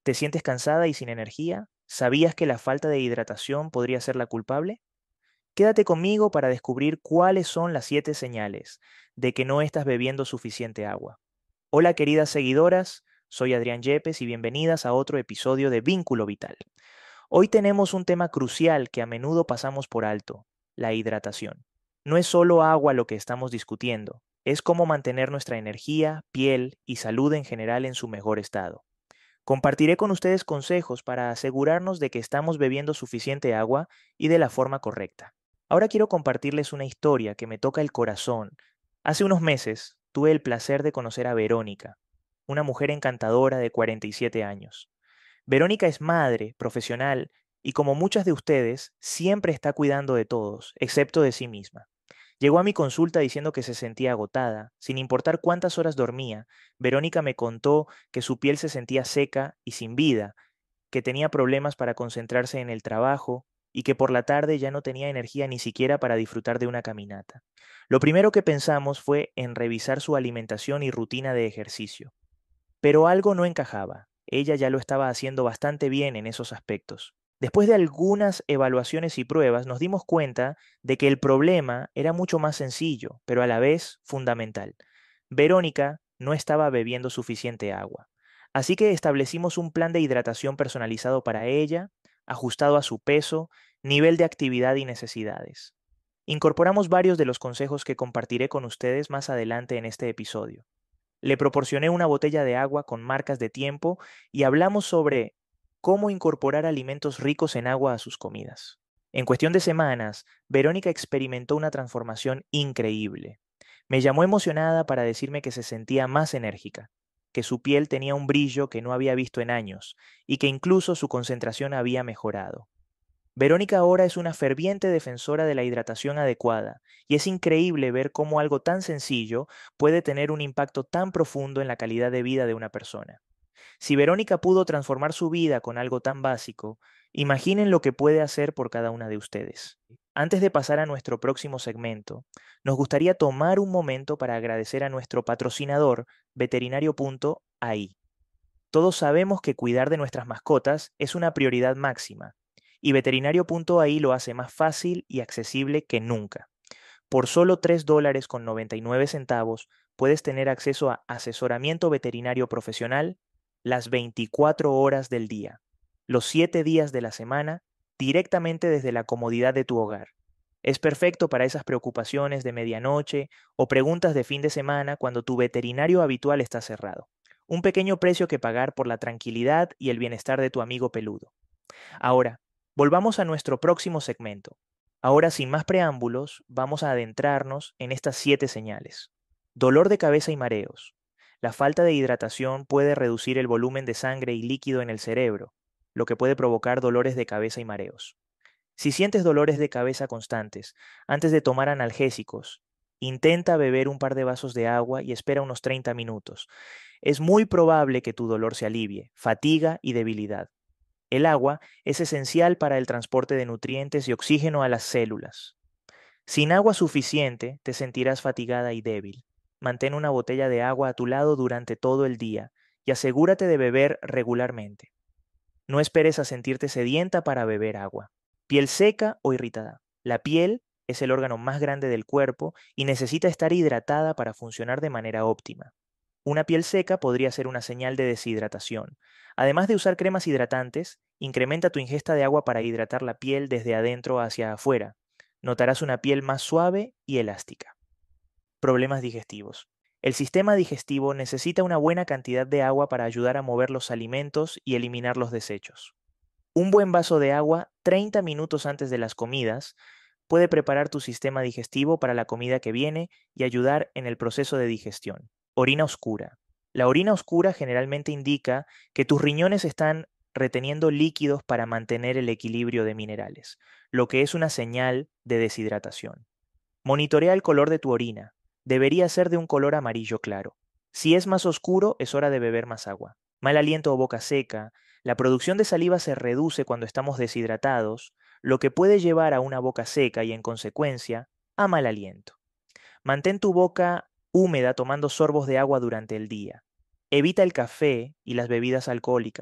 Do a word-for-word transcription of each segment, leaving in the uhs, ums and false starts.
¿Te sientes cansada y sin energía? ¿Sabías que la falta de hidratación podría ser la culpable? Quédate conmigo para descubrir cuáles son las siete señales de que no estás bebiendo suficiente agua. Hola queridas seguidoras, soy Adrián Yepes y bienvenidas a otro episodio de Vínculo Vital. Hoy tenemos un tema crucial que a menudo pasamos por alto, la hidratación. No es solo agua lo que estamos discutiendo, es cómo mantener nuestra energía, piel y salud en general en su mejor estado. Compartiré con ustedes consejos para asegurarnos de que estamos bebiendo suficiente agua y de la forma correcta. Ahora quiero compartirles una historia que me toca el corazón. Hace unos meses tuve el placer de conocer a Verónica, una mujer encantadora de cuarenta y siete años. Verónica es madre, profesional y como muchas de ustedes, siempre está cuidando de todos, excepto de sí misma. Llegó a mi consulta diciendo que se sentía agotada. Sin importar cuántas horas dormía, Verónica me contó que su piel se sentía seca y sin vida, que tenía problemas para concentrarse en el trabajo y que por la tarde ya no tenía energía ni siquiera para disfrutar de una caminata. Lo primero que pensamos fue en revisar su alimentación y rutina de ejercicio. Pero algo no encajaba. Ella ya lo estaba haciendo bastante bien en esos aspectos. Después de algunas evaluaciones y pruebas, nos dimos cuenta de que el problema era mucho más sencillo, pero a la vez fundamental. Verónica no estaba bebiendo suficiente agua. Así que establecimos un plan de hidratación personalizado para ella, ajustado a su peso, nivel de actividad y necesidades. Incorporamos varios de los consejos que compartiré con ustedes más adelante en este episodio. Le proporcioné una botella de agua con marcas de tiempo y hablamos sobre cómo incorporar alimentos ricos en agua a sus comidas. En cuestión de semanas, Verónica experimentó una transformación increíble. Me llamó emocionada para decirme que se sentía más enérgica, que su piel tenía un brillo que no había visto en años y que incluso su concentración había mejorado. Verónica ahora es una ferviente defensora de la hidratación adecuada, y es increíble ver cómo algo tan sencillo puede tener un impacto tan profundo en la calidad de vida de una persona. Si Verónica pudo transformar su vida con algo tan básico, imaginen lo que puede hacer por cada una de ustedes. Antes de pasar a nuestro próximo segmento, nos gustaría tomar un momento para agradecer a nuestro patrocinador, veterinario punto a i. Todos sabemos que cuidar de nuestras mascotas es una prioridad máxima, y veterinario punto a i lo hace más fácil y accesible que nunca. Por solo tres dólares con noventa y nueve centavos puedes tener acceso a asesoramiento veterinario profesional las veinticuatro horas del día, los siete días de la semana, directamente desde la comodidad de tu hogar. Es perfecto para esas preocupaciones de medianoche o preguntas de fin de semana cuando tu veterinario habitual está cerrado. Un pequeño precio que pagar por la tranquilidad y el bienestar de tu amigo peludo. Ahora, volvamos a nuestro próximo segmento. Ahora, sin más preámbulos, vamos a adentrarnos en estas siete señales. Dolor de cabeza y mareos. La falta de hidratación puede reducir el volumen de sangre y líquido en el cerebro, lo que puede provocar dolores de cabeza y mareos. Si sientes dolores de cabeza constantes, antes de tomar analgésicos, intenta beber un par de vasos de agua y espera unos treinta minutos. Es muy probable que tu dolor se alivie, fatiga y debilidad. El agua es esencial para el transporte de nutrientes y oxígeno a las células. Sin agua suficiente, te sentirás fatigada y débil. Mantén una botella de agua a tu lado durante todo el día y asegúrate de beber regularmente. No esperes a sentirte sedienta para beber agua. Piel seca o irritada. La piel es el órgano más grande del cuerpo y necesita estar hidratada para funcionar de manera óptima. Una piel seca podría ser una señal de deshidratación. Además de usar cremas hidratantes, incrementa tu ingesta de agua para hidratar la piel desde adentro hacia afuera. Notarás una piel más suave y elástica. Problemas digestivos. El sistema digestivo necesita una buena cantidad de agua para ayudar a mover los alimentos y eliminar los desechos. Un buen vaso de agua treinta minutos antes de las comidas puede preparar tu sistema digestivo para la comida que viene y ayudar en el proceso de digestión. Orina oscura. La orina oscura generalmente indica que tus riñones están reteniendo líquidos para mantener el equilibrio de minerales, lo que es una señal de deshidratación. Monitorea el color de tu orina. Debería ser de un color amarillo claro. Si es más oscuro, es hora de beber más agua. Mal aliento o boca seca. La producción de saliva se reduce cuando estamos deshidratados, lo que puede llevar a una boca seca y, en consecuencia, a mal aliento. Mantén tu boca húmeda tomando sorbos de agua durante el día. Evita el café y las bebidas alcohólicas.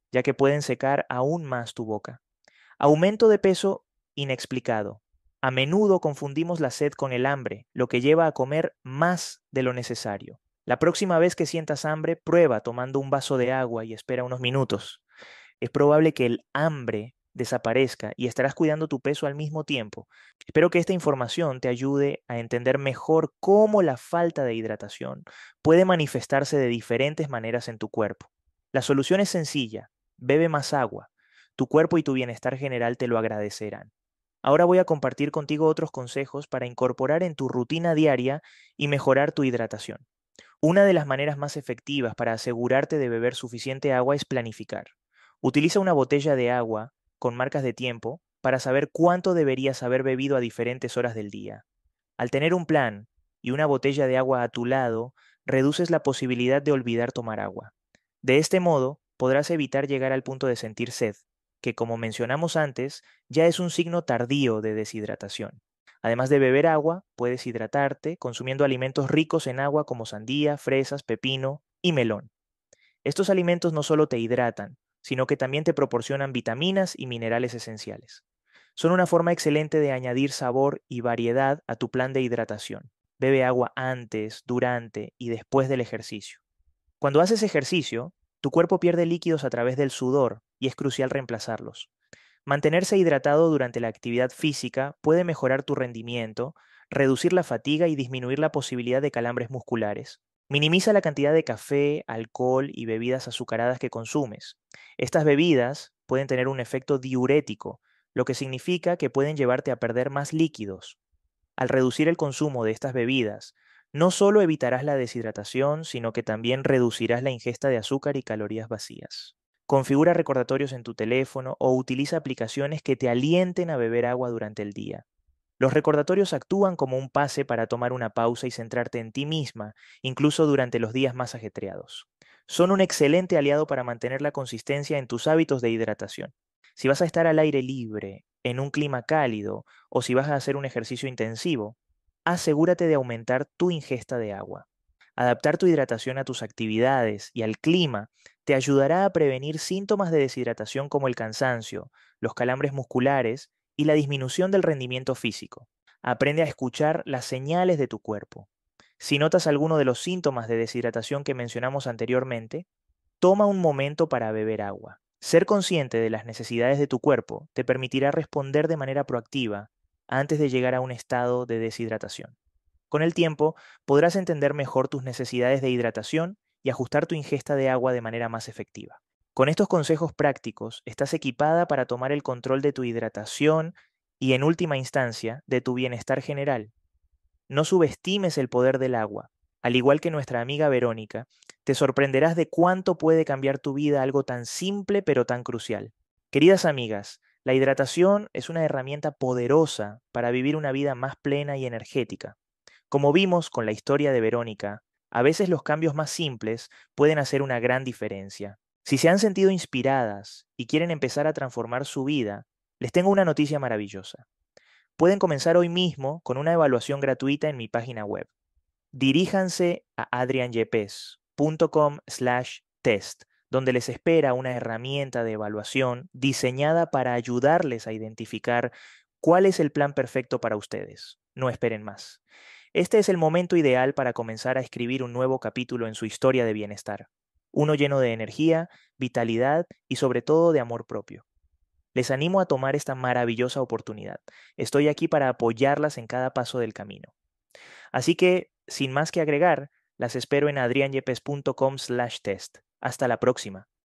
ya que pueden secar aún más tu boca. Aumento de peso inexplicado. A menudo confundimos la sed con el hambre, lo que lleva a comer más de lo necesario. La próxima vez que sientas hambre, prueba tomando un vaso de agua y espera unos minutos. Es probable que el hambre desaparezca y estarás cuidando tu peso al mismo tiempo. Espero que esta información te ayude a entender mejor cómo la falta de hidratación puede manifestarse de diferentes maneras en tu cuerpo. La solución es sencilla: bebe más agua. Tu cuerpo y tu bienestar general te lo agradecerán. Ahora voy a compartir contigo otros consejos para incorporar en tu rutina diaria y mejorar tu hidratación. Una de las maneras más efectivas para asegurarte de beber suficiente agua es planificar. Utiliza una botella de agua con marcas de tiempo para saber cuánto deberías haber bebido a diferentes horas del día. Al tener un plan y una botella de agua a tu lado, reduces la posibilidad de olvidar tomar agua. De este modo, podrás evitar llegar al punto de sentir sed, que, como mencionamos antes, ya es un signo tardío de deshidratación. Además de beber agua, puedes hidratarte consumiendo alimentos ricos en agua como sandía, fresas, pepino y melón. Estos alimentos no solo te hidratan, sino que también te proporcionan vitaminas y minerales esenciales. Son una forma excelente de añadir sabor y variedad a tu plan de hidratación. Bebe agua antes, durante y después del ejercicio. Cuando haces ejercicio, tu cuerpo pierde líquidos a través del sudor y es crucial reemplazarlos. Mantenerse hidratado durante la actividad física puede mejorar tu rendimiento, reducir la fatiga y disminuir la posibilidad de calambres musculares. Minimiza la cantidad de café, alcohol y bebidas azucaradas que consumes. Estas bebidas pueden tener un efecto diurético, lo que significa que pueden llevarte a perder más líquidos. Al reducir el consumo de estas bebidas, no solo evitarás la deshidratación, sino que también reducirás la ingesta de azúcar y calorías vacías. Configura recordatorios en tu teléfono o utiliza aplicaciones que te alienten a beber agua durante el día. Los recordatorios actúan como un pase para tomar una pausa y centrarte en ti misma, incluso durante los días más ajetreados. Son un excelente aliado para mantener la consistencia en tus hábitos de hidratación. Si vas a estar al aire libre, en un clima cálido o si vas a hacer un ejercicio intensivo, asegúrate de aumentar tu ingesta de agua. Adaptar tu hidratación a tus actividades y al clima te ayudará a prevenir síntomas de deshidratación como el cansancio, los calambres musculares y la disminución del rendimiento físico. Aprende a escuchar las señales de tu cuerpo. Si notas alguno de los síntomas de deshidratación que mencionamos anteriormente, toma un momento para beber agua. Ser consciente de las necesidades de tu cuerpo te permitirá responder de manera proactiva antes de llegar a un estado de deshidratación. Con el tiempo, podrás entender mejor tus necesidades de hidratación y ajustar tu ingesta de agua de manera más efectiva. Con estos consejos prácticos, estás equipada para tomar el control de tu hidratación y, en última instancia, de tu bienestar general. No subestimes el poder del agua. Al igual que nuestra amiga Verónica, te sorprenderás de cuánto puede cambiar tu vida algo tan simple pero tan crucial. Queridas amigas, la hidratación es una herramienta poderosa para vivir una vida más plena y energética. Como vimos con la historia de Verónica, a veces los cambios más simples pueden hacer una gran diferencia. Si se han sentido inspiradas y quieren empezar a transformar su vida, les tengo una noticia maravillosa. Pueden comenzar hoy mismo con una evaluación gratuita en mi página web. Diríjanse a adrianyepes punto com slash test, donde les espera una herramienta de evaluación diseñada para ayudarles a identificar cuál es el plan perfecto para ustedes. No esperen más. Este es el momento ideal para comenzar a escribir un nuevo capítulo en su historia de bienestar, uno lleno de energía, vitalidad y sobre todo de amor propio. Les animo a tomar esta maravillosa oportunidad. Estoy aquí para apoyarlas en cada paso del camino. Así que, sin más que agregar, las espero en adrianyepes punto com slash test. Hasta la próxima.